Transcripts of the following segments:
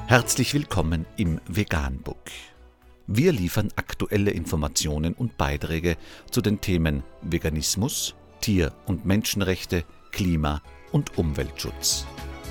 Herzlich willkommen im Veganbook. Wir liefern aktuelle Informationen und Beiträge zu den Themen Veganismus, Tier- und Menschenrechte, Klima- und Umweltschutz.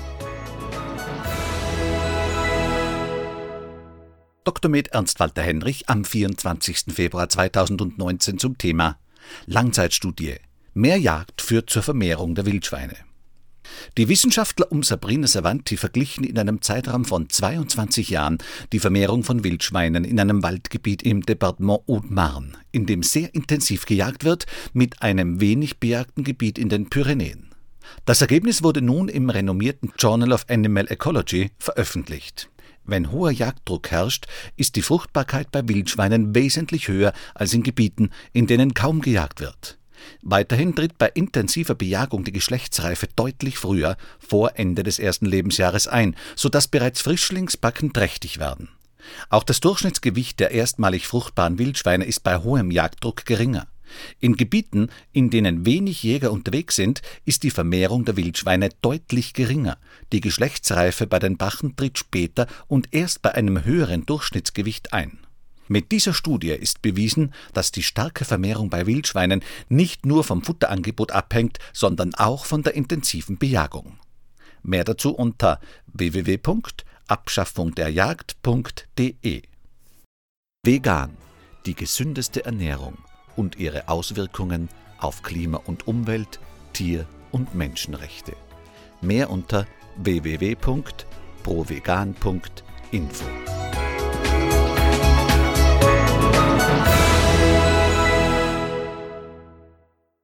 Dr. med. Ernst Walter Henrich am 24. Februar 2019 zum Thema Langzeitstudie: Mehr Jagd führt zur Vermehrung der Wildschweine. Die Wissenschaftler um Sabrina Savanti verglichen in einem Zeitraum von 22 Jahren die Vermehrung von Wildschweinen in einem Waldgebiet im Departement Haute-Marne, in dem sehr intensiv gejagt wird, mit einem wenig bejagten Gebiet in den Pyrenäen. Das Ergebnis wurde nun im renommierten Journal of Animal Ecology veröffentlicht. Wenn hoher Jagddruck herrscht, ist die Fruchtbarkeit bei Wildschweinen wesentlich höher als in Gebieten, in denen kaum gejagt wird. Weiterhin tritt bei intensiver Bejagung die Geschlechtsreife deutlich früher, vor Ende des ersten Lebensjahres ein, sodass bereits Frischlingsbacken trächtig werden. Auch das Durchschnittsgewicht der erstmalig fruchtbaren Wildschweine ist bei hohem Jagddruck geringer. In Gebieten, in denen wenig Jäger unterwegs sind, ist die Vermehrung der Wildschweine deutlich geringer. Die Geschlechtsreife bei den Bachen tritt später und erst bei einem höheren Durchschnittsgewicht ein. Mit dieser Studie ist bewiesen, dass die starke Vermehrung bei Wildschweinen nicht nur vom Futterangebot abhängt, sondern auch von der intensiven Bejagung. Mehr dazu unter www.abschaffungderjagd.de. Vegan, die gesündeste Ernährung und ihre Auswirkungen auf Klima und Umwelt, Tier- und Menschenrechte. Mehr unter www.provegan.info.